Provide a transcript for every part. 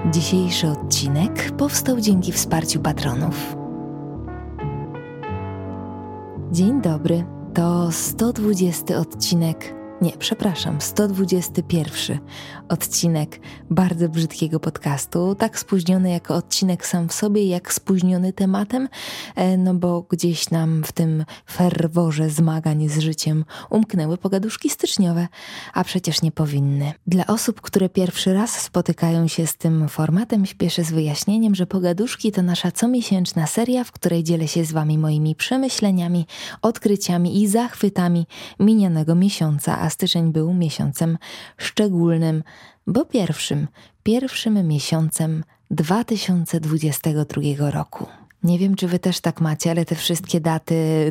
Dzisiejszy odcinek powstał dzięki wsparciu patronów. Dzień dobry, to 121 odcinek bardzo brzydkiego podcastu, tak spóźniony jako odcinek sam w sobie, jak spóźniony tematem, no bo gdzieś nam w tym ferworze zmagań z życiem umknęły pogaduszki styczniowe, a przecież nie powinny. Dla osób, które pierwszy raz spotykają się z tym formatem, śpieszę z wyjaśnieniem, że pogaduszki to nasza comiesięczna seria, w której dzielę się z wami moimi przemyśleniami, odkryciami i zachwytami minionego miesiąca, a styczeń był miesiącem szczególnym, bo pierwszym miesiącem 2022 roku. Nie wiem, czy wy też tak macie, ale te wszystkie daty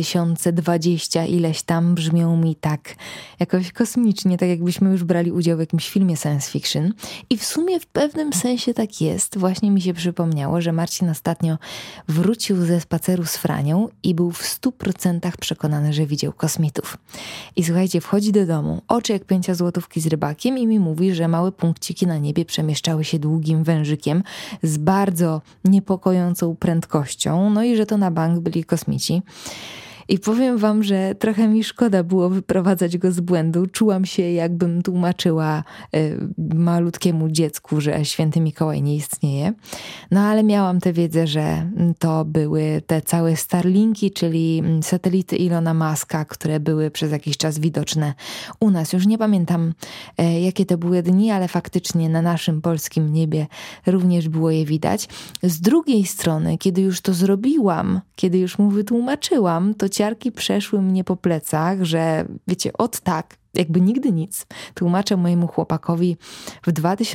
2020 ileś tam brzmią mi tak jakoś kosmicznie, tak jakbyśmy już brali udział w jakimś filmie science fiction. I w sumie w pewnym sensie tak jest. Właśnie mi się przypomniało, że Marcin ostatnio wrócił ze spaceru z Franią i był w 100% przekonany, że widział kosmitów. I słuchajcie, wchodzi do domu, oczy jak 5 złotówki z rybakiem i mi mówi, że małe punkciki na niebie przemieszczały się długim wężykiem z bardzo niepokojącą prędkością, no i że to na bank byli kosmici. I powiem wam, że trochę mi szkoda było wyprowadzać go z błędu. Czułam się, jakbym tłumaczyła malutkiemu dziecku, że Święty Mikołaj nie istnieje. No ale miałam tę wiedzę, że to były te całe Starlinki, czyli satelity Ilona Muska, które były przez jakiś czas widoczne u nas. Już nie pamiętam, jakie to były dni, ale faktycznie na naszym polskim niebie również było je widać. Z drugiej strony, kiedy już to zrobiłam, kiedy już mu wytłumaczyłam, to ciarki przeszły mnie po plecach, że wiecie, jakby nigdy nic. Tłumaczę mojemu chłopakowi w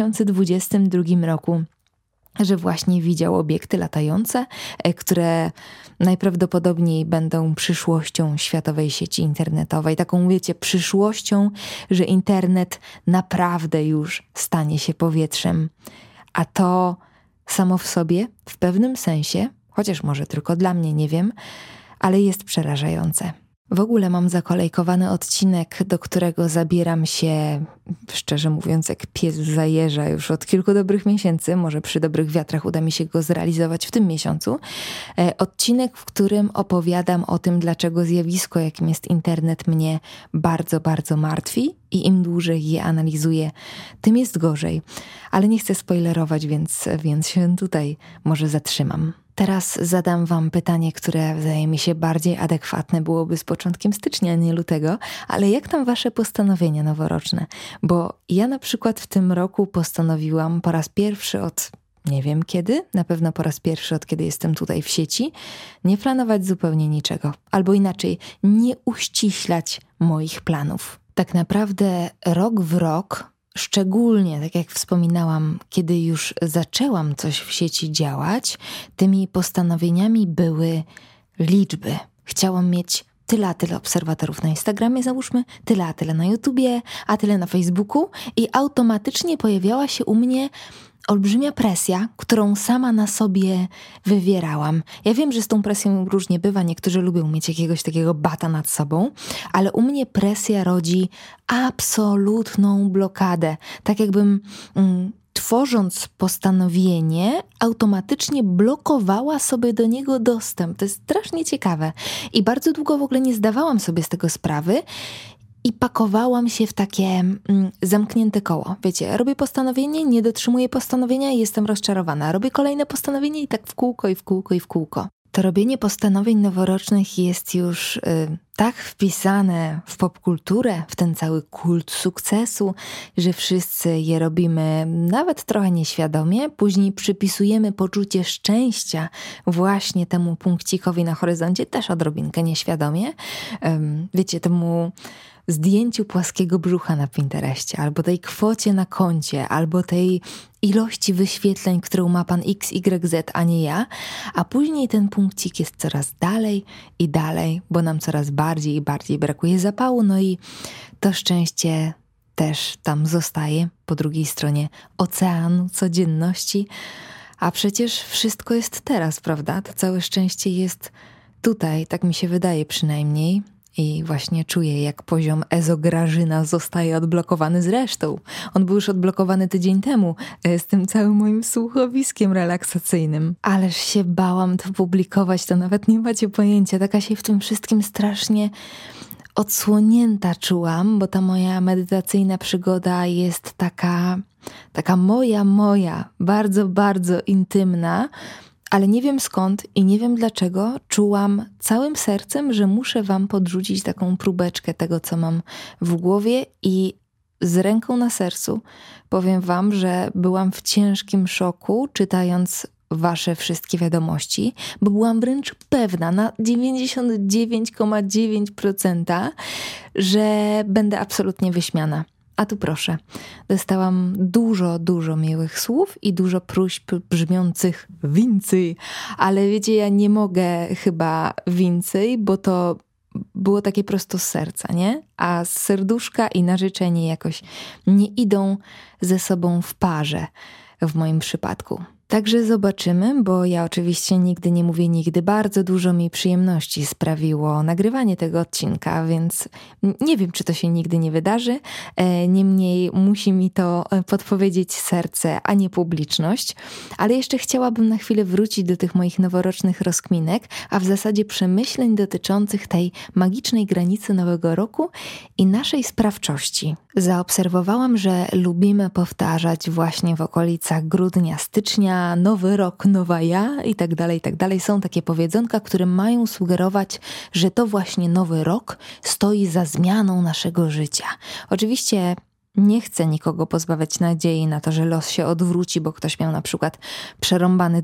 2022 roku, że właśnie widział obiekty latające, które najprawdopodobniej będą przyszłością światowej sieci internetowej. Taką, wiecie, przyszłością, że internet naprawdę już stanie się powietrzem. A to samo w sobie, w pewnym sensie, chociaż może tylko dla mnie, nie wiem, ale jest przerażające. W ogóle mam zakolejkowany odcinek, do którego zabieram się, szczerze mówiąc, jak pies za jeża już od kilku dobrych miesięcy. Może przy dobrych wiatrach uda mi się go zrealizować w tym miesiącu. Odcinek, w którym opowiadam o tym, dlaczego zjawisko, jakim jest internet, mnie bardzo, bardzo martwi i im dłużej je analizuję, tym jest gorzej. Ale nie chcę spoilerować, więc się tutaj może zatrzymam. Teraz zadam wam pytanie, które wydaje mi się bardziej adekwatne byłoby z początkiem stycznia, nie lutego, ale jak tam wasze postanowienia noworoczne? Bo ja na przykład w tym roku postanowiłam po raz pierwszy od nie wiem kiedy, na pewno po raz pierwszy od kiedy jestem tutaj w sieci, nie planować zupełnie niczego. Albo inaczej, nie uściślać moich planów. Tak naprawdę rok w rok, szczególnie, tak jak wspominałam, kiedy już zaczęłam coś w sieci działać, tymi postanowieniami były liczby. Chciałam mieć tyle a tyle obserwatorów na Instagramie, załóżmy, tyle a tyle na YouTubie, a tyle na Facebooku i automatycznie pojawiała się u mnie olbrzymia presja, którą sama na sobie wywierałam. Ja wiem, że z tą presją różnie bywa, niektórzy lubią mieć jakiegoś takiego bata nad sobą, ale u mnie presja rodzi absolutną blokadę. Tak jakbym tworząc postanowienie, automatycznie blokowała sobie do niego dostęp. To jest strasznie ciekawe. I bardzo długo w ogóle nie zdawałam sobie z tego sprawy, i pakowałam się w takie zamknięte koło. Wiecie, robię postanowienie, nie dotrzymuję postanowienia i jestem rozczarowana. Robię kolejne postanowienie i tak w kółko, i w kółko, i w kółko. To robienie postanowień noworocznych jest już tak wpisane w popkulturę, w ten cały kult sukcesu, że wszyscy je robimy nawet trochę nieświadomie. Później przypisujemy poczucie szczęścia właśnie temu punkcikowi na horyzoncie, też odrobinkę nieświadomie. Wiecie, temu zdjęciu płaskiego brzucha na Pinterestie, albo tej kwocie na koncie, albo tej ilości wyświetleń, którą ma pan XYZ, a nie ja, a później ten punkcik jest coraz dalej i dalej, bo nam coraz bardziej i bardziej brakuje zapału, no i to szczęście też tam zostaje po drugiej stronie oceanu codzienności, a przecież wszystko jest teraz, prawda? To całe szczęście jest tutaj, tak mi się wydaje przynajmniej. I właśnie czuję, jak poziom Grażyna zostaje odblokowany zresztą. On był już odblokowany tydzień temu z tym całym moim słuchowiskiem relaksacyjnym. Ależ się bałam to publikować, to nawet nie macie pojęcia. Taka się w tym wszystkim strasznie odsłonięta czułam, bo ta moja medytacyjna przygoda jest taka moja, bardzo, bardzo intymna, ale nie wiem skąd i nie wiem dlaczego czułam całym sercem, że muszę wam podrzucić taką próbeczkę tego, co mam w głowie i z ręką na sercu powiem wam, że byłam w ciężkim szoku, czytając wasze wszystkie wiadomości, bo byłam wręcz pewna na 99,9%, że będę absolutnie wyśmiana. A tu proszę, dostałam dużo miłych słów i dużo próśb brzmiących więcej, ale wiecie, ja nie mogę chyba więcej, bo to było takie prosto z serca, nie? A z serduszka i na życzenie jakoś nie idą ze sobą w parze w moim przypadku. Także zobaczymy, bo ja oczywiście nigdy nie mówię nigdy. Bardzo dużo mi przyjemności sprawiło nagrywanie tego odcinka, więc nie wiem, czy to się nigdy nie wydarzy. Niemniej musi mi to podpowiedzieć serce, a nie publiczność. Ale jeszcze chciałabym na chwilę wrócić do tych moich noworocznych rozkminek, a w zasadzie przemyśleń dotyczących tej magicznej granicy Nowego Roku i naszej sprawczości. Zaobserwowałam, że lubimy powtarzać właśnie w okolicach grudnia, stycznia, nowy rok, nowa ja i tak dalej. Są takie powiedzonka, które mają sugerować, że to właśnie nowy rok stoi za zmianą naszego życia. Oczywiście nie chcę nikogo pozbawiać nadziei na to, że los się odwróci, bo ktoś miał na przykład przerąbany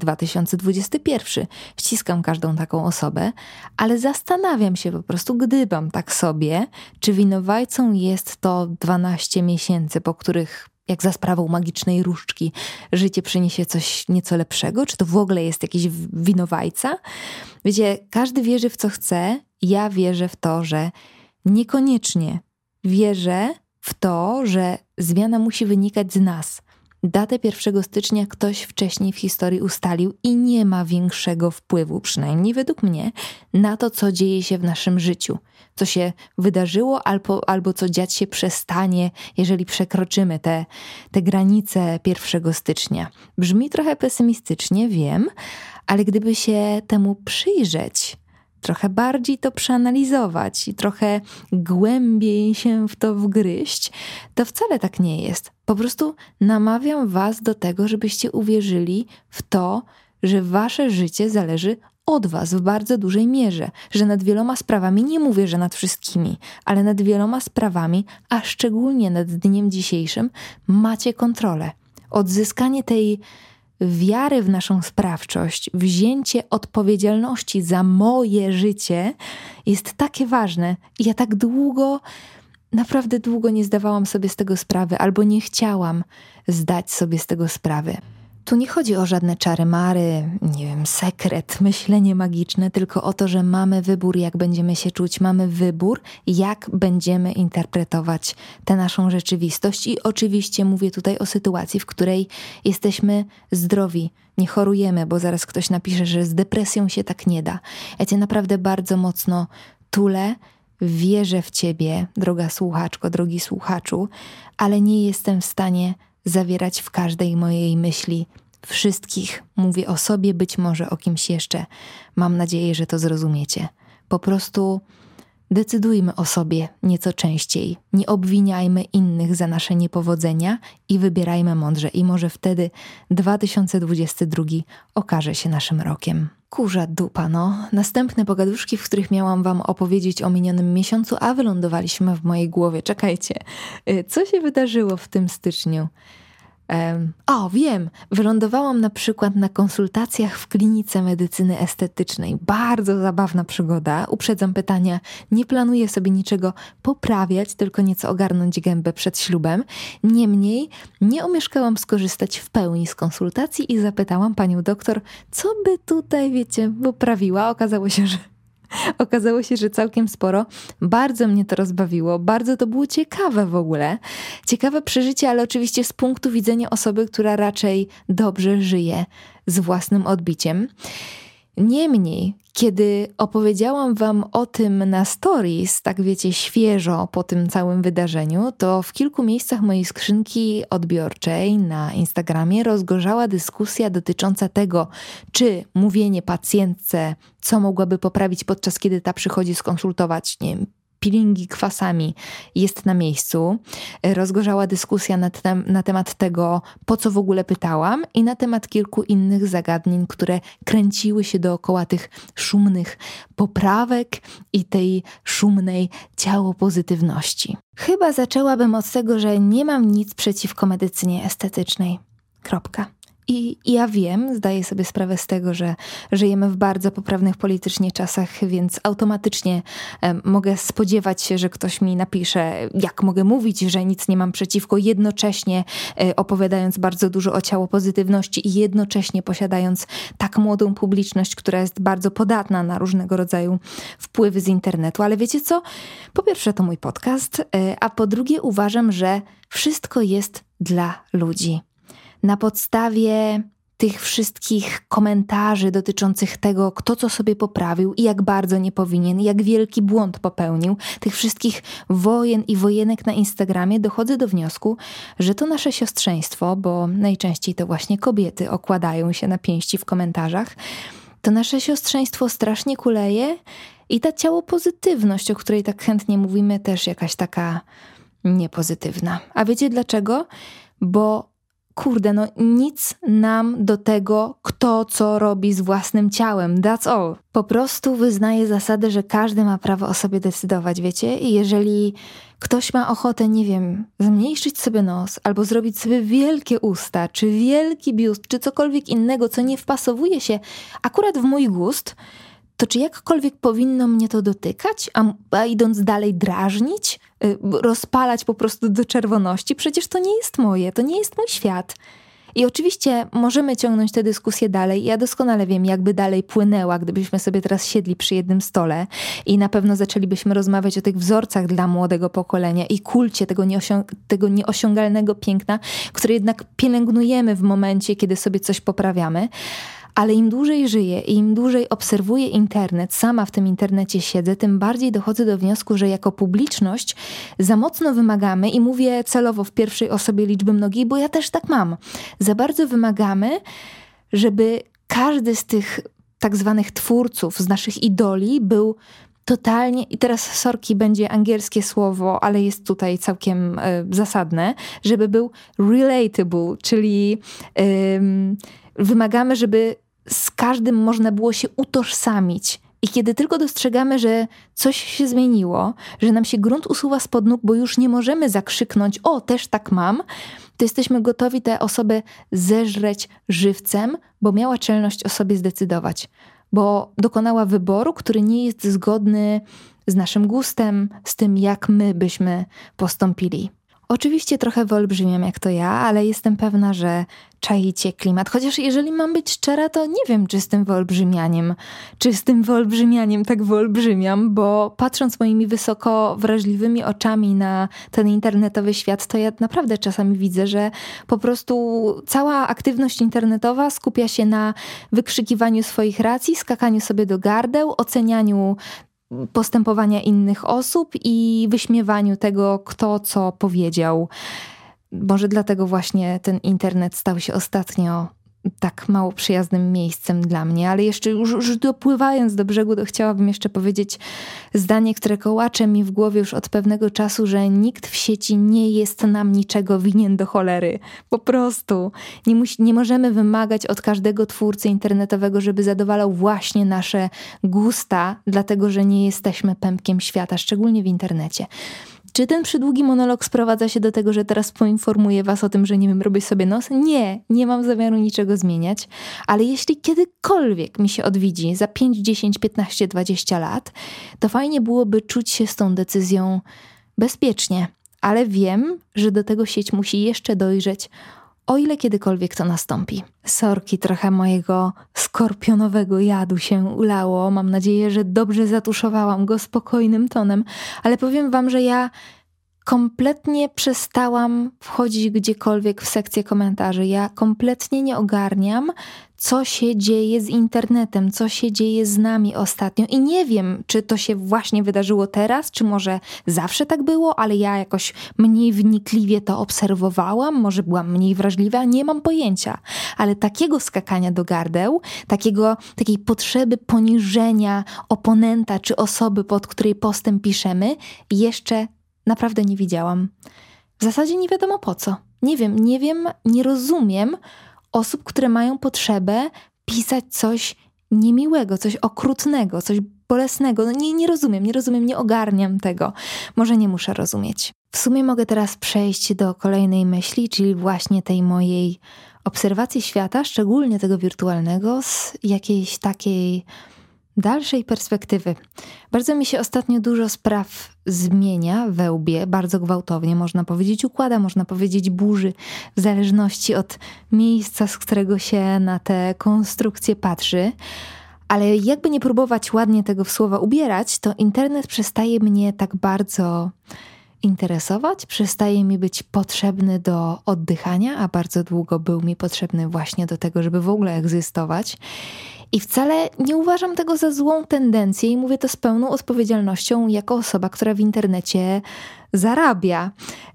2021. Ściskam każdą taką osobę, ale zastanawiam się po prostu, gdybam tak sobie, czy winowajcą jest to 12 miesięcy, po których jak za sprawą magicznej różdżki życie przyniesie coś nieco lepszego? Czy to w ogóle jest jakiś winowajca? Wiecie, każdy wierzy w co chce. Ja wierzę w to, że niekoniecznie. Wierzę w to, że zmiana musi wynikać z nas. Datę 1 stycznia ktoś wcześniej w historii ustalił i nie ma większego wpływu, przynajmniej według mnie, na to, co dzieje się w naszym życiu. Co się wydarzyło albo co dziać się przestanie, jeżeli przekroczymy te granice 1 stycznia. Brzmi trochę pesymistycznie, wiem, ale gdyby się temu przyjrzeć, trochę bardziej to przeanalizować i trochę głębiej się w to wgryźć, to wcale tak nie jest. Po prostu namawiam was do tego, żebyście uwierzyli w to, że wasze życie zależy od was w bardzo dużej mierze, że nad wieloma sprawami, nie mówię, że nad wszystkimi, ale nad wieloma sprawami, a szczególnie nad dniem dzisiejszym, macie kontrolę. Odzyskanie tej wiary w naszą sprawczość, wzięcie odpowiedzialności za moje życie jest takie ważne. I ja tak naprawdę długo nie zdawałam sobie z tego sprawy, albo nie chciałam zdać sobie z tego sprawy. Tu nie chodzi o żadne czary-mary, nie wiem, sekret, myślenie magiczne, tylko o to, że mamy wybór, jak będziemy się czuć, mamy wybór, jak będziemy interpretować tę naszą rzeczywistość i oczywiście mówię tutaj o sytuacji, w której jesteśmy zdrowi, nie chorujemy, bo zaraz ktoś napisze, że z depresją się tak nie da. Ja cię naprawdę bardzo mocno tulę, wierzę w ciebie, droga słuchaczko, drogi słuchaczu, ale nie jestem w stanie zawierać w każdej mojej myśli wszystkich. Mówię o sobie, być może o kimś jeszcze. Mam nadzieję, że to zrozumiecie. Po prostu decydujmy o sobie nieco częściej. Nie obwiniajmy innych za nasze niepowodzenia i wybierajmy mądrze. I może wtedy 2022 okaże się naszym rokiem. Kurza dupa, no. Następne pogaduszki, w których miałam wam opowiedzieć o minionym miesiącu, a wylądowaliśmy w mojej głowie. Czekajcie, co się wydarzyło w tym styczniu? Wiem, wylądowałam na przykład na konsultacjach w klinice medycyny estetycznej. Bardzo zabawna przygoda. Uprzedzam pytania, nie planuję sobie niczego poprawiać, tylko nieco ogarnąć gębę przed ślubem. Niemniej nie omieszkałam skorzystać w pełni z konsultacji i zapytałam panią doktor, co by tutaj, wiecie, poprawiła. Okazało się, że całkiem sporo. Bardzo mnie to rozbawiło, bardzo to było ciekawe w ogóle. Ciekawe przeżycie, ale oczywiście z punktu widzenia osoby, która raczej dobrze żyje z własnym odbiciem. Niemniej, kiedy opowiedziałam wam o tym na stories, tak wiecie, świeżo po tym całym wydarzeniu, to w kilku miejscach mojej skrzynki odbiorczej na Instagramie rozgorzała dyskusja dotycząca tego, czy mówienie pacjentce, co mogłaby poprawić podczas kiedy ta przychodzi skonsultować, nie wiem, peelingi kwasami, jest na miejscu. Rozgorzała dyskusja na temat tego, po co w ogóle pytałam, i na temat kilku innych zagadnień, które kręciły się dookoła tych szumnych poprawek i tej szumnej ciałopozytywności. Chyba zaczęłabym od tego, że nie mam nic przeciwko medycynie estetycznej. Kropka. I ja wiem, zdaję sobie sprawę z tego, że żyjemy w bardzo poprawnych politycznie czasach, więc automatycznie mogę spodziewać się, że ktoś mi napisze, jak mogę mówić, że nic nie mam przeciwko, jednocześnie opowiadając bardzo dużo o ciałopozytywności i jednocześnie posiadając tak młodą publiczność, która jest bardzo podatna na różnego rodzaju wpływy z internetu. Ale wiecie co? Po pierwsze to mój podcast, a po drugie uważam, że wszystko jest dla ludzi. Na podstawie tych wszystkich komentarzy dotyczących tego, kto co sobie poprawił i jak bardzo nie powinien, jak wielki błąd popełnił, tych wszystkich wojen i wojenek na Instagramie, dochodzę do wniosku, że to nasze siostrzeństwo, bo najczęściej to właśnie kobiety okładają się na pięści w komentarzach, to nasze siostrzeństwo strasznie kuleje i ta ciałopozytywność, o której tak chętnie mówimy, też jakaś taka niepozytywna. A wiecie dlaczego? Bo kurde, nic nam do tego, kto co robi z własnym ciałem. That's all. Po prostu wyznaję zasadę, że każdy ma prawo o sobie decydować, wiecie? I jeżeli ktoś ma ochotę, nie wiem, zmniejszyć sobie nos, albo zrobić sobie wielkie usta, czy wielki biust, czy cokolwiek innego, co nie wpasowuje się akurat w mój gust, to czy jakkolwiek powinno mnie to dotykać, a idąc dalej drażnić, rozpalać po prostu do czerwoności? Przecież to nie jest moje, to nie jest mój świat. I oczywiście możemy ciągnąć tę dyskusję dalej. Ja doskonale wiem, jakby dalej płynęła, gdybyśmy sobie teraz siedli przy jednym stole i na pewno zaczęlibyśmy rozmawiać o tych wzorcach dla młodego pokolenia i kulcie tego nieosiągalnego piękna, które jednak pielęgnujemy w momencie, kiedy sobie coś poprawiamy. Ale im dłużej żyję i im dłużej obserwuję internet, sama w tym internecie siedzę, tym bardziej dochodzę do wniosku, że jako publiczność za mocno wymagamy, i mówię celowo w pierwszej osobie liczby mnogiej, bo ja też tak mam. Za bardzo wymagamy, żeby każdy z tych tak zwanych twórców, z naszych idoli był totalnie, i teraz sorki, będzie angielskie słowo, ale jest tutaj całkiem zasadne, żeby był relatable, czyli wymagamy, żeby z każdym można było się utożsamić. I kiedy tylko dostrzegamy, że coś się zmieniło, że nam się grunt usuwa spod nóg, bo już nie możemy zakrzyknąć, o, też tak mam, to jesteśmy gotowi tę osobę zeżreć żywcem, bo miała czelność o sobie zdecydować. Bo dokonała wyboru, który nie jest zgodny z naszym gustem, z tym, jak my byśmy postąpili. Oczywiście trochę wyolbrzymiam jak to ja, ale jestem pewna, że czaicie klimat. Chociaż jeżeli mam być szczera, to nie wiem, czy z tym wyolbrzymianiem tak wyolbrzymiam, bo patrząc moimi wysoko wrażliwymi oczami na ten internetowy świat, to ja naprawdę czasami widzę, że po prostu cała aktywność internetowa skupia się na wykrzykiwaniu swoich racji, skakaniu sobie do gardeł, ocenianiu postępowania innych osób i wyśmiewaniu tego, kto co powiedział. Może dlatego właśnie ten internet stał się ostatnio tak mało przyjaznym miejscem dla mnie, ale jeszcze już dopływając do brzegu, to chciałabym jeszcze powiedzieć zdanie, które kołacze mi w głowie już od pewnego czasu, że nikt w sieci nie jest nam niczego winien do cholery. Po prostu. Nie możemy wymagać od każdego twórcy internetowego, żeby zadowalał właśnie nasze gusta, dlatego że nie jesteśmy pępkiem świata, szczególnie w internecie. Czy ten przydługi monolog sprowadza się do tego, że teraz poinformuję was o tym, że nie wiem, robię sobie nos? Nie mam zamiaru niczego zmieniać, ale jeśli kiedykolwiek mi się odwiedzi za 5, 10, 15, 20 lat, to fajnie byłoby czuć się z tą decyzją bezpiecznie, ale wiem, że do tego sieć musi jeszcze dojrzeć, o ile kiedykolwiek to nastąpi. Sorki, trochę mojego skorpionowego jadu się ulało. Mam nadzieję, że dobrze zatuszowałam go spokojnym tonem, ale powiem wam, że ja kompletnie przestałam wchodzić gdziekolwiek w sekcję komentarzy. Ja kompletnie nie ogarniam, co się dzieje z internetem, co się dzieje z nami ostatnio. I nie wiem, czy to się właśnie wydarzyło teraz, czy może zawsze tak było, ale ja jakoś mniej wnikliwie to obserwowałam, może byłam mniej wrażliwa, nie mam pojęcia. Ale takiego skakania do gardeł, takiej potrzeby poniżenia oponenta czy osoby, pod której postem piszemy, jeszcze naprawdę nie widziałam. W zasadzie nie wiadomo po co. Nie wiem, nie rozumiem osób, które mają potrzebę pisać coś niemiłego, coś okrutnego, coś bolesnego. No nie rozumiem, nie ogarniam tego. Może nie muszę rozumieć. W sumie mogę teraz przejść do kolejnej myśli, czyli właśnie tej mojej obserwacji świata, szczególnie tego wirtualnego, z jakiejś takiej dalszej perspektywy. Bardzo mi się ostatnio dużo spraw zmienia we łbie, bardzo gwałtownie, można powiedzieć układa, można powiedzieć burzy, w zależności od miejsca, z którego się na te konstrukcje patrzy. Ale jakby nie próbować ładnie tego w słowa ubierać, to internet przestaje mnie tak bardzo interesować, przestaje mi być potrzebny do oddychania, a bardzo długo był mi potrzebny właśnie do tego, żeby w ogóle egzystować. I wcale nie uważam tego za złą tendencję i mówię to z pełną odpowiedzialnością jako osoba, która w internecie zarabia.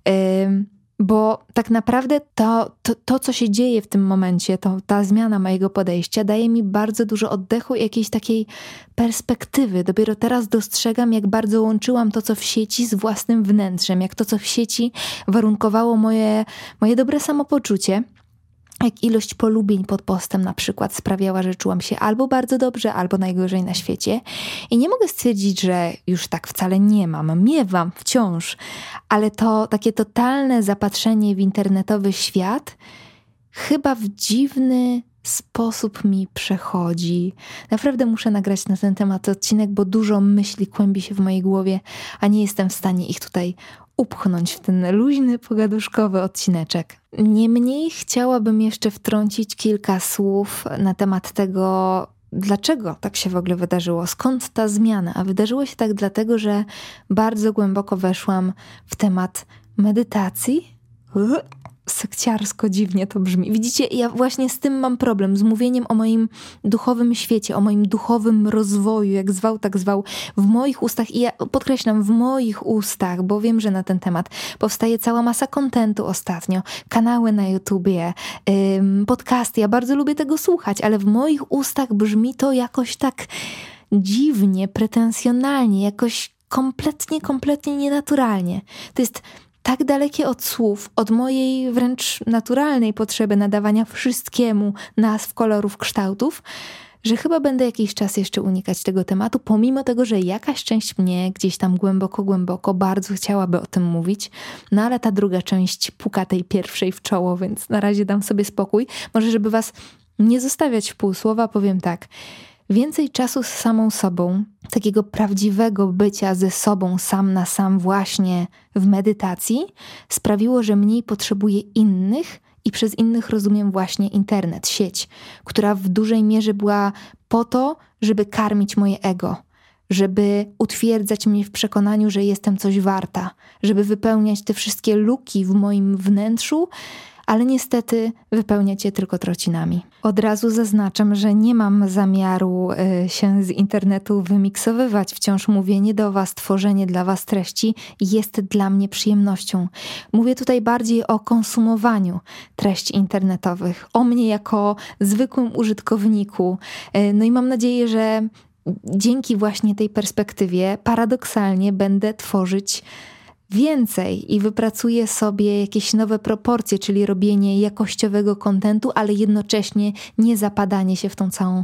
Bo tak naprawdę to, co się dzieje w tym momencie, ta zmiana mojego podejścia daje mi bardzo dużo oddechu i jakiejś takiej perspektywy. Dopiero teraz dostrzegam, jak bardzo łączyłam to, co w sieci z własnym wnętrzem, jak to, co w sieci warunkowało moje dobre samopoczucie. Jak ilość polubień pod postem na przykład sprawiała, że czułam się albo bardzo dobrze, albo najgorzej na świecie. I nie mogę stwierdzić, że już tak wcale nie mam. Miewam wciąż. Ale to takie totalne zapatrzenie w internetowy świat chyba w dziwny sposób mi przechodzi. Naprawdę muszę nagrać na ten temat odcinek, bo dużo myśli kłębi się w mojej głowie, a nie jestem w stanie ich tutaj upchnąć w ten luźny, pogaduszkowy odcineczek. Niemniej chciałabym jeszcze wtrącić kilka słów na temat tego, dlaczego tak się w ogóle wydarzyło, skąd ta zmiana. A wydarzyło się tak dlatego, że bardzo głęboko weszłam w temat medytacji. Sekciarsko dziwnie to brzmi. Widzicie, ja właśnie z tym mam problem, z mówieniem o moim duchowym świecie, o moim duchowym rozwoju, jak zwał, tak zwał, w moich ustach i ja podkreślam, w moich ustach, bo wiem, że na ten temat powstaje cała masa kontentu ostatnio, kanały na YouTubie, podcasty, ja bardzo lubię tego słuchać, ale w moich ustach brzmi to jakoś tak dziwnie, pretensjonalnie, jakoś kompletnie nienaturalnie. To jest tak dalekie od słów, od mojej wręcz naturalnej potrzeby nadawania wszystkiemu nazw, kolorów, kształtów, że chyba będę jakiś czas jeszcze unikać tego tematu, pomimo tego, że jakaś część mnie gdzieś tam głęboko bardzo chciałaby o tym mówić, no ale ta druga część puka tej pierwszej w czoło, więc na razie dam sobie spokój. Może żeby was nie zostawiać w półsłowa, powiem tak. Więcej czasu z samą sobą, takiego prawdziwego bycia ze sobą sam na sam właśnie w medytacji sprawiło, że mniej potrzebuję innych i przez innych rozumiem właśnie internet, sieć, która w dużej mierze była po to, żeby karmić moje ego, żeby utwierdzać mnie w przekonaniu, że jestem coś warta, żeby wypełniać te wszystkie luki w moim wnętrzu, ale niestety wypełniać je tylko trocinami. Od razu zaznaczam, że nie mam zamiaru się z internetu wymiksowywać. Wciąż mówienie do was, tworzenie dla was treści jest dla mnie przyjemnością. Mówię tutaj bardziej o konsumowaniu treści internetowych, o mnie jako zwykłym użytkowniku. No i mam nadzieję, że dzięki właśnie tej perspektywie paradoksalnie będę tworzyć więcej i wypracuję sobie jakieś nowe proporcje, czyli robienie jakościowego kontentu, ale jednocześnie nie zapadanie się w tą całą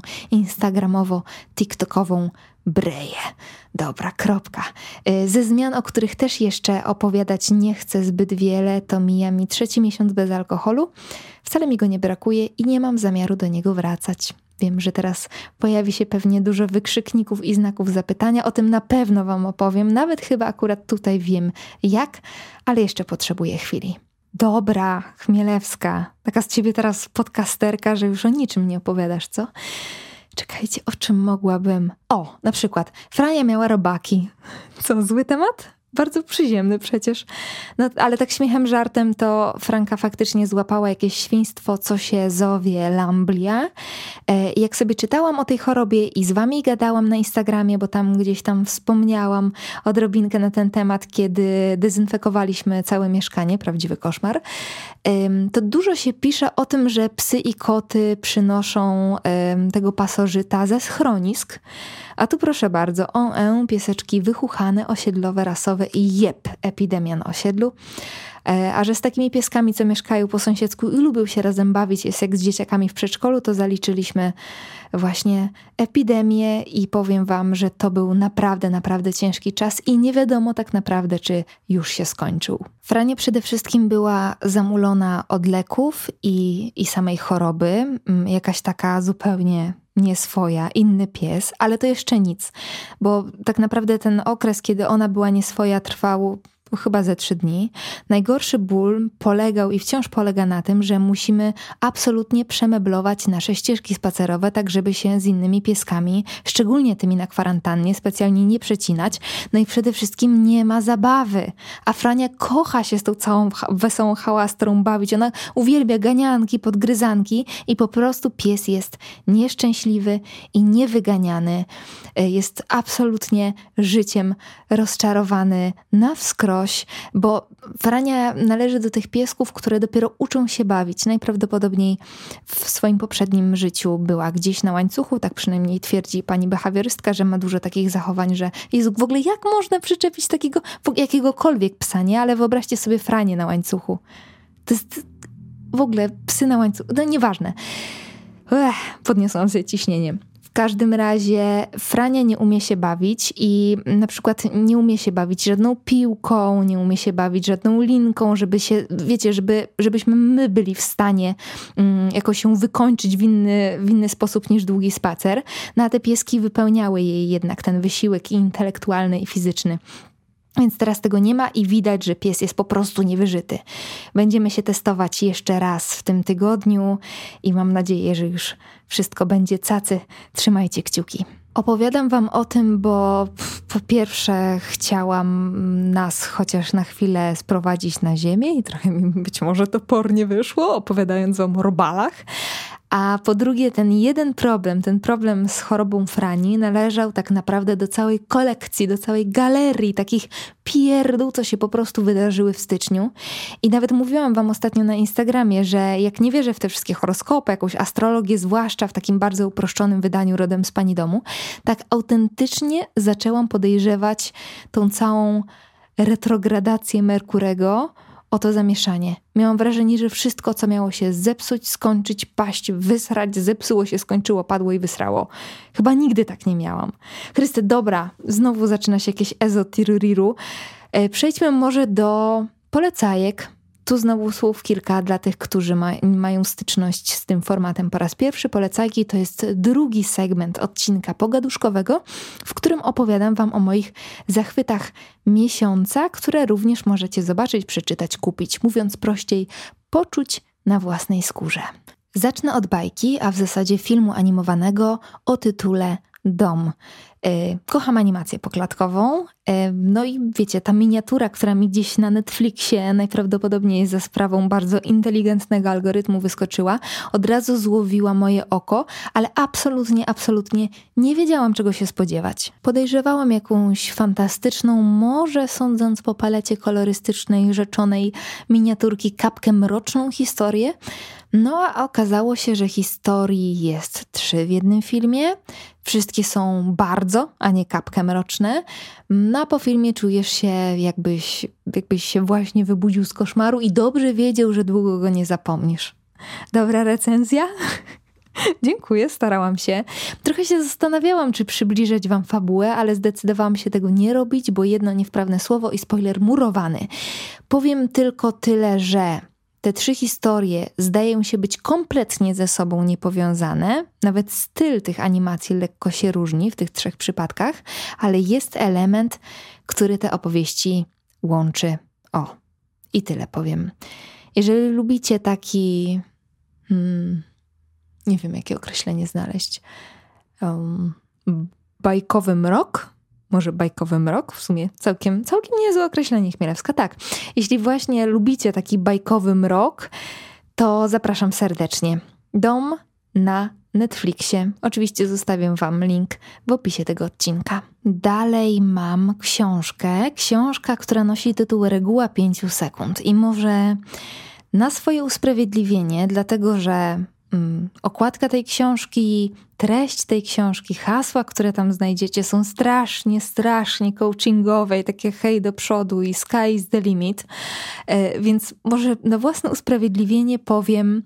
instagramowo-tiktokową breję. Dobra, kropka. Ze zmian, o których też jeszcze opowiadać nie chcę zbyt wiele, to mija mi 3. miesiąc bez alkoholu. Wcale mi go nie brakuje i nie mam zamiaru do niego wracać. Wiem, że teraz pojawi się pewnie dużo wykrzykników i znaków zapytania. O tym na pewno wam opowiem. Nawet chyba akurat tutaj wiem jak, ale jeszcze potrzebuję chwili. Dobra, Chmielewska. Taka z ciebie teraz podcasterka, że już o niczym nie opowiadasz, co? Czekajcie, o czym mogłabym? O, na przykład Frania miała robaki. Co, zły temat? Bardzo przyziemny przecież. No, ale tak śmiechem, żartem to Franka faktycznie złapała jakieś świństwo, co się zowie lamblia. I jak sobie czytałam o tej chorobie i z wami gadałam na Instagramie, bo tam gdzieś tam wspomniałam odrobinkę na ten temat, kiedy dezynfekowaliśmy całe mieszkanie, prawdziwy koszmar, to dużo się pisze o tym, że psy i koty przynoszą tego pasożyta ze schronisk. A tu proszę bardzo, pieseczki wychuchane, osiedlowe, rasowe i epidemia na osiedlu. A że z takimi pieskami, co mieszkają po sąsiedzku i lubią się razem bawić, jest jak z dzieciakami w przedszkolu, to zaliczyliśmy właśnie epidemię i powiem wam, że to był naprawdę, naprawdę ciężki czas i nie wiadomo tak naprawdę, czy już się skończył. Frania przede wszystkim była zamulona od leków i samej choroby, jakaś taka zupełnie nie swoja, inny pies, ale to jeszcze nic, bo tak naprawdę ten okres, kiedy ona była nieswoja, trwał chyba ze 3 dni. Najgorszy ból polegał i wciąż polega na tym, że musimy absolutnie przemeblować nasze ścieżki spacerowe, tak żeby się z innymi pieskami, szczególnie tymi na kwarantannie, specjalnie nie przecinać. No i przede wszystkim nie ma zabawy. A Frania kocha się z tą całą wesołą hałastrą bawić. Ona uwielbia ganianki, podgryzanki i po prostu pies jest nieszczęśliwy i niewyganiany. Jest absolutnie życiem rozczarowany na wskroś, bo Frania należy do tych piesków, które dopiero uczą się bawić. Najprawdopodobniej w swoim poprzednim życiu była gdzieś na łańcuchu, tak przynajmniej twierdzi pani behawiorystka, że ma dużo takich zachowań, że Jezu, w ogóle jak można przyczepić takiego, jakiegokolwiek psa, nie? Ale wyobraźcie sobie Franię na łańcuchu. To jest w ogóle psy na łańcuchu, no nieważne. Podniosłam sobie ciśnienie. W każdym razie Frania nie umie się bawić i na przykład nie umie się bawić żadną piłką, nie umie się bawić żadną linką, żeby się, wiecie, żebyśmy my byli w stanie jakoś się wykończyć w inny sposób niż długi spacer. No a te pieski wypełniały jej jednak ten wysiłek intelektualny i fizyczny. Więc teraz tego nie ma i widać, że pies jest po prostu niewyżyty. Będziemy się testować jeszcze raz w tym tygodniu i mam nadzieję, że już wszystko będzie cacy. Trzymajcie kciuki. Opowiadam wam o tym, bo po pierwsze chciałam nas chociaż na chwilę sprowadzić na ziemię i trochę mi być może topornie wyszło, opowiadając wam o robalach. A po drugie ten problem z chorobą Frani należał tak naprawdę do całej kolekcji, do całej galerii takich pierdół, co się po prostu wydarzyły w styczniu. I nawet mówiłam wam ostatnio na Instagramie, że jak nie wierzę w te wszystkie horoskopy, jakąś astrologię, zwłaszcza w takim bardzo uproszczonym wydaniu rodem z Pani Domu, tak autentycznie zaczęłam podejrzewać tą całą retrogradację Merkurego, o to zamieszanie. Miałam wrażenie, że wszystko, co miało się zepsuć, skończyć, paść, wysrać, zepsuło się, skończyło, padło i wysrało. Chyba nigdy tak nie miałam. Chryste, dobra, znowu zaczyna się jakieś ezotiruriru. Przejdźmy może do polecajek. Tu znowu słów kilka dla tych, którzy mają styczność z tym formatem po raz pierwszy. Polecajki to jest drugi segment odcinka pogaduszkowego, w którym opowiadam wam o moich zachwytach miesiąca, które również możecie zobaczyć, przeczytać, kupić. Mówiąc prościej, poczuć na własnej skórze. Zacznę od bajki, a w zasadzie filmu animowanego o tytule Dom. Kocham animację poklatkową. No i wiecie, ta miniatura, która mi gdzieś na Netflixie najprawdopodobniej jest za sprawą bardzo inteligentnego algorytmu wyskoczyła, od razu złowiła moje oko, ale absolutnie nie wiedziałam, czego się spodziewać. Podejrzewałam jakąś fantastyczną, może sądząc po palecie kolorystycznej, rzeczonej miniaturki, kapkę mroczną historię. No a okazało się, że historii jest 3 w jednym filmie. Wszystkie są bardzo, a nie kapkę mroczne. No a po filmie czujesz się, jakbyś się właśnie wybudził z koszmaru i dobrze wiedział, że długo go nie zapomnisz. Dobra recenzja? Dziękuję, starałam się. Trochę się zastanawiałam, czy przybliżać wam fabułę, ale zdecydowałam się tego nie robić, bo jedno niewprawne słowo i spoiler murowany. Powiem tylko tyle, że te 3 historie zdają się być kompletnie ze sobą niepowiązane. Nawet styl tych animacji lekko się różni w tych 3 przypadkach, ale jest element, który te opowieści łączy. O, i tyle powiem. Jeżeli lubicie taki... nie wiem, jakie określenie znaleźć. Bajkowy mrok? może bajkowy mrok, w sumie całkiem niezłe określenie, Chmielewska, tak. Jeśli właśnie lubicie taki bajkowy mrok, to zapraszam serdecznie. Dom na Netflixie. Oczywiście zostawię wam link w opisie tego odcinka. Dalej mam książka, która nosi tytuł Reguła 5 sekund i może na swoje usprawiedliwienie, dlatego że okładka tej książki, treść tej książki, hasła, które tam znajdziecie są strasznie coachingowe i takie hej do przodu i sky is the limit. Więc może na własne usprawiedliwienie powiem,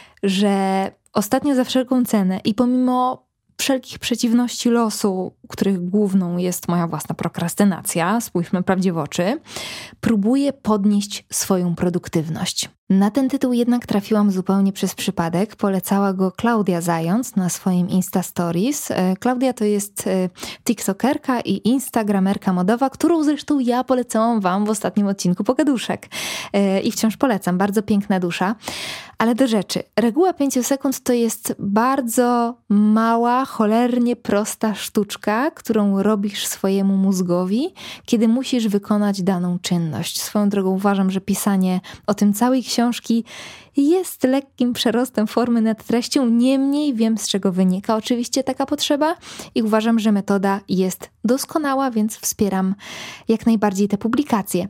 że ostatnio za wszelką cenę i pomimo wszelkich przeciwności losu, których główną jest moja własna prokrastynacja, spójrzmy prawdzie w oczy, próbuję podnieść swoją produktywność. Na ten tytuł jednak trafiłam zupełnie przez przypadek. Polecała go Klaudia Zając na swoim Insta Stories. Klaudia to jest tiktokerka i instagramerka modowa, którą zresztą ja polecałam wam w ostatnim odcinku Pogaduszek. I wciąż polecam. Bardzo piękna dusza. Ale do rzeczy. Reguła 5 sekund to jest bardzo mała, cholernie prosta sztuczka, którą robisz swojemu mózgowi, kiedy musisz wykonać daną czynność. Swoją drogą uważam, że pisanie o tym całej książki jest lekkim przerostem formy nad treścią, niemniej wiem, z czego wynika oczywiście taka potrzeba i uważam, że metoda jest doskonała, więc wspieram jak najbardziej te publikacje.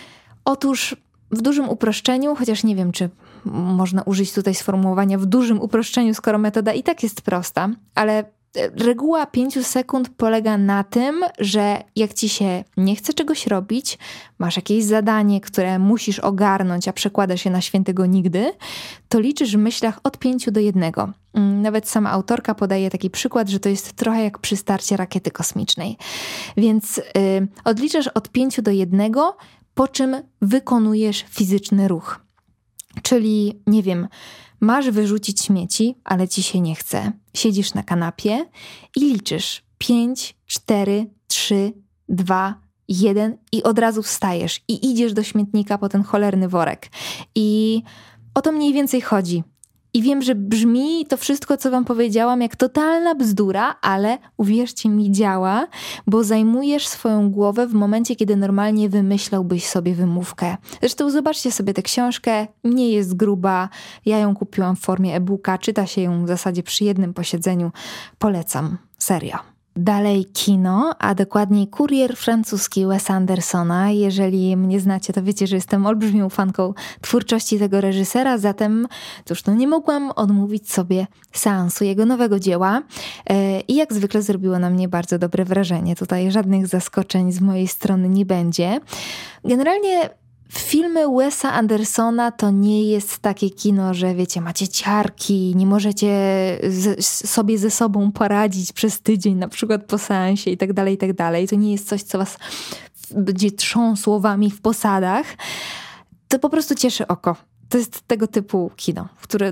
Otóż w dużym uproszczeniu, chociaż nie wiem, czy można użyć tutaj sformułowania w dużym uproszczeniu, skoro metoda i tak jest prosta, ale reguła 5 sekund polega na tym, że jak ci się nie chce czegoś robić, masz jakieś zadanie, które musisz ogarnąć, a przekładasz je na świętego nigdy, to liczysz w myślach od 5 do 1. Nawet sama autorka podaje taki przykład, że to jest trochę jak przy starcie rakiety kosmicznej. Więc odliczasz od 5 do 1, po czym wykonujesz fizyczny ruch. Czyli, nie wiem, masz wyrzucić śmieci, ale ci się nie chce. Siedzisz na kanapie i liczysz 5, 4, 3, 2, 1 i od razu wstajesz i idziesz do śmietnika po ten cholerny worek. I o to mniej więcej chodzi. I wiem, że brzmi to wszystko, co wam powiedziałam, jak totalna bzdura, ale uwierzcie mi, działa, bo zajmujesz swoją głowę w momencie, kiedy normalnie wymyślałbyś sobie wymówkę. Zresztą zobaczcie sobie tę książkę, nie jest gruba, ja ją kupiłam w formie e-booka, czyta się ją w zasadzie przy jednym posiedzeniu. Polecam, serio. Dalej kino, a dokładniej Kurier francuski Wesa Andersona. Jeżeli mnie znacie, to wiecie, że jestem olbrzymią fanką twórczości tego reżysera, zatem cóż, nie mogłam odmówić sobie seansu jego nowego dzieła i jak zwykle zrobiło na mnie bardzo dobre wrażenie. Tutaj żadnych zaskoczeń z mojej strony nie będzie. Generalnie filmy Wesa Andersona to nie jest takie kino, że wiecie, macie ciarki, nie możecie sobie ze sobą poradzić przez tydzień, na przykład po seansie i tak dalej. To nie jest coś, co was będzie trząsło wami w posadach. To po prostu cieszy oko. To jest tego typu kino,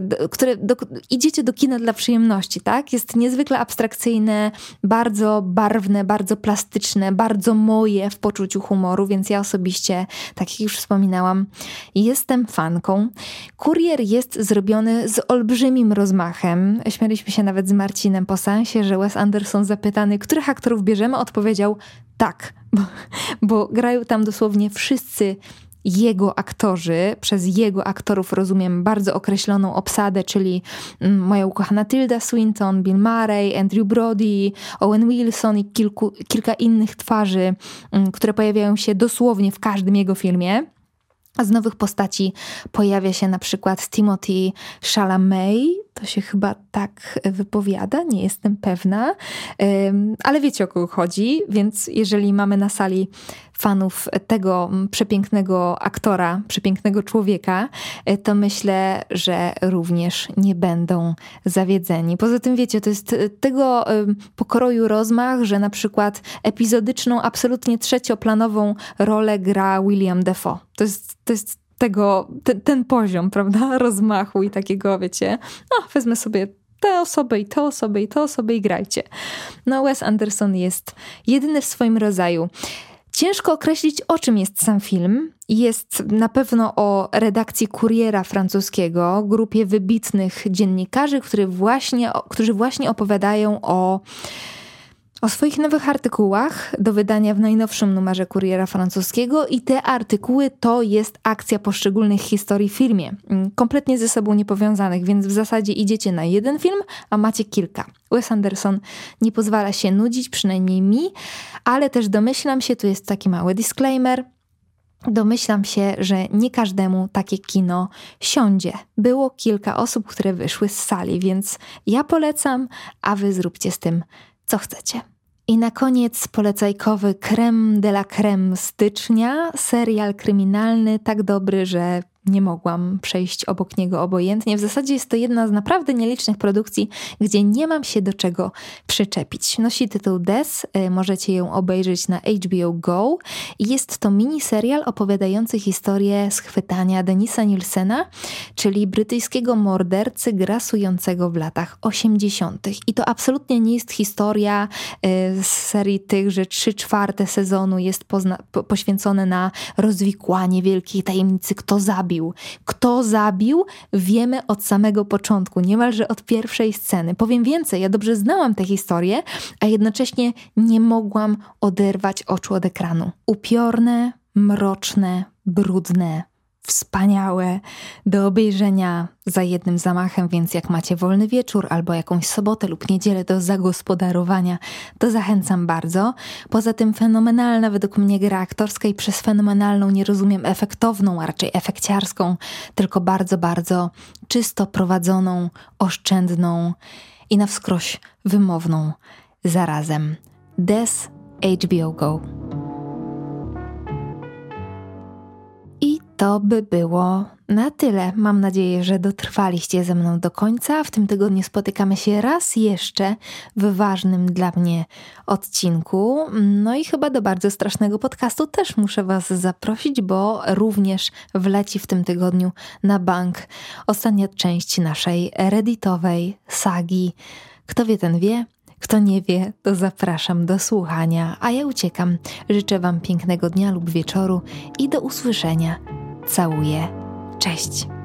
idziecie do kina dla przyjemności, tak? Jest niezwykle abstrakcyjne, bardzo barwne, bardzo plastyczne, bardzo moje w poczuciu humoru, więc ja osobiście, tak jak już wspominałam, jestem fanką. Kurier jest zrobiony z olbrzymim rozmachem. Śmialiśmy się nawet z Marcinem po seansie, że Wes Anderson zapytany, których aktorów bierzemy, odpowiedział tak, bo grają tam dosłownie wszyscy jego aktorzy, przez jego aktorów rozumiem bardzo określoną obsadę, czyli moja ukochana Tilda Swinton, Bill Murray, Andrew Brody, Owen Wilson i kilka innych twarzy, które pojawiają się dosłownie w każdym jego filmie. A z nowych postaci pojawia się na przykład Timothée Chalamet, to się chyba tak wypowiada, nie jestem pewna, ale wiecie, o kogo chodzi, więc jeżeli mamy na sali fanów tego przepięknego aktora, przepięknego człowieka, to myślę, że również nie będą zawiedzeni. Poza tym wiecie, to jest tego pokroju rozmach, że na przykład epizodyczną, absolutnie trzecioplanową rolę gra William Dafoe. To jest ten poziom, prawda, rozmachu i takiego, wiecie, wezmę sobie tę osobę i tę osobę i tę osobę i grajcie. Wes Anderson jest jedyny w swoim rodzaju. Ciężko określić, o czym jest sam film. Jest na pewno o redakcji Kuriera francuskiego, grupie wybitnych dziennikarzy, którzy właśnie opowiadają o o swoich nowych artykułach do wydania w najnowszym numerze Kuriera Francuskiego i te artykuły to jest akcja poszczególnych historii w filmie, kompletnie ze sobą niepowiązanych, więc w zasadzie idziecie na jeden film, a macie kilka. Wes Anderson nie pozwala się nudzić, przynajmniej mi, ale też domyślam się, tu jest taki mały disclaimer, domyślam się, że nie każdemu takie kino siądzie. Było kilka osób, które wyszły z sali, więc ja polecam, a wy zróbcie z tym, co chcecie. I na koniec polecajkowy crème de la crème stycznia, serial kryminalny tak dobry, że nie mogłam przejść obok niego obojętnie. W zasadzie jest to jedna z naprawdę nielicznych produkcji, gdzie nie mam się do czego przyczepić. Nosi tytuł Des, możecie ją obejrzeć na HBO Go. Jest to miniserial opowiadający historię schwytania Denisa Nilsena, czyli brytyjskiego mordercy grasującego w latach 80. I to absolutnie nie jest historia z serii tych, że 3/4 sezonu jest poświęcone na rozwikłanie wielkiej tajemnicy, kto zabił. Kto zabił, wiemy od samego początku, niemalże od pierwszej sceny. Powiem więcej, ja dobrze znałam tę historię, a jednocześnie nie mogłam oderwać oczu od ekranu. Upiorne, mroczne, brudne, wspaniałe, do obejrzenia za jednym zamachem, więc jak macie wolny wieczór albo jakąś sobotę lub niedzielę do zagospodarowania, to zachęcam bardzo. Poza tym fenomenalna według mnie gra aktorska i przez fenomenalną nie rozumiem efektowną, a raczej efekciarską, tylko bardzo, bardzo czysto prowadzoną, oszczędną i na wskroś wymowną zarazem. Des, HBO Go. To by było na tyle. Mam nadzieję, że dotrwaliście ze mną do końca. W tym tygodniu spotykamy się raz jeszcze w ważnym dla mnie odcinku. No i chyba do bardzo strasznego podcastu też muszę was zaprosić, bo również wleci w tym tygodniu na bank ostatnia część naszej redditowej sagi. Kto wie, ten wie. Kto nie wie, to zapraszam do słuchania, a ja uciekam. Życzę wam pięknego dnia lub wieczoru i do usłyszenia. Całuję. Cześć.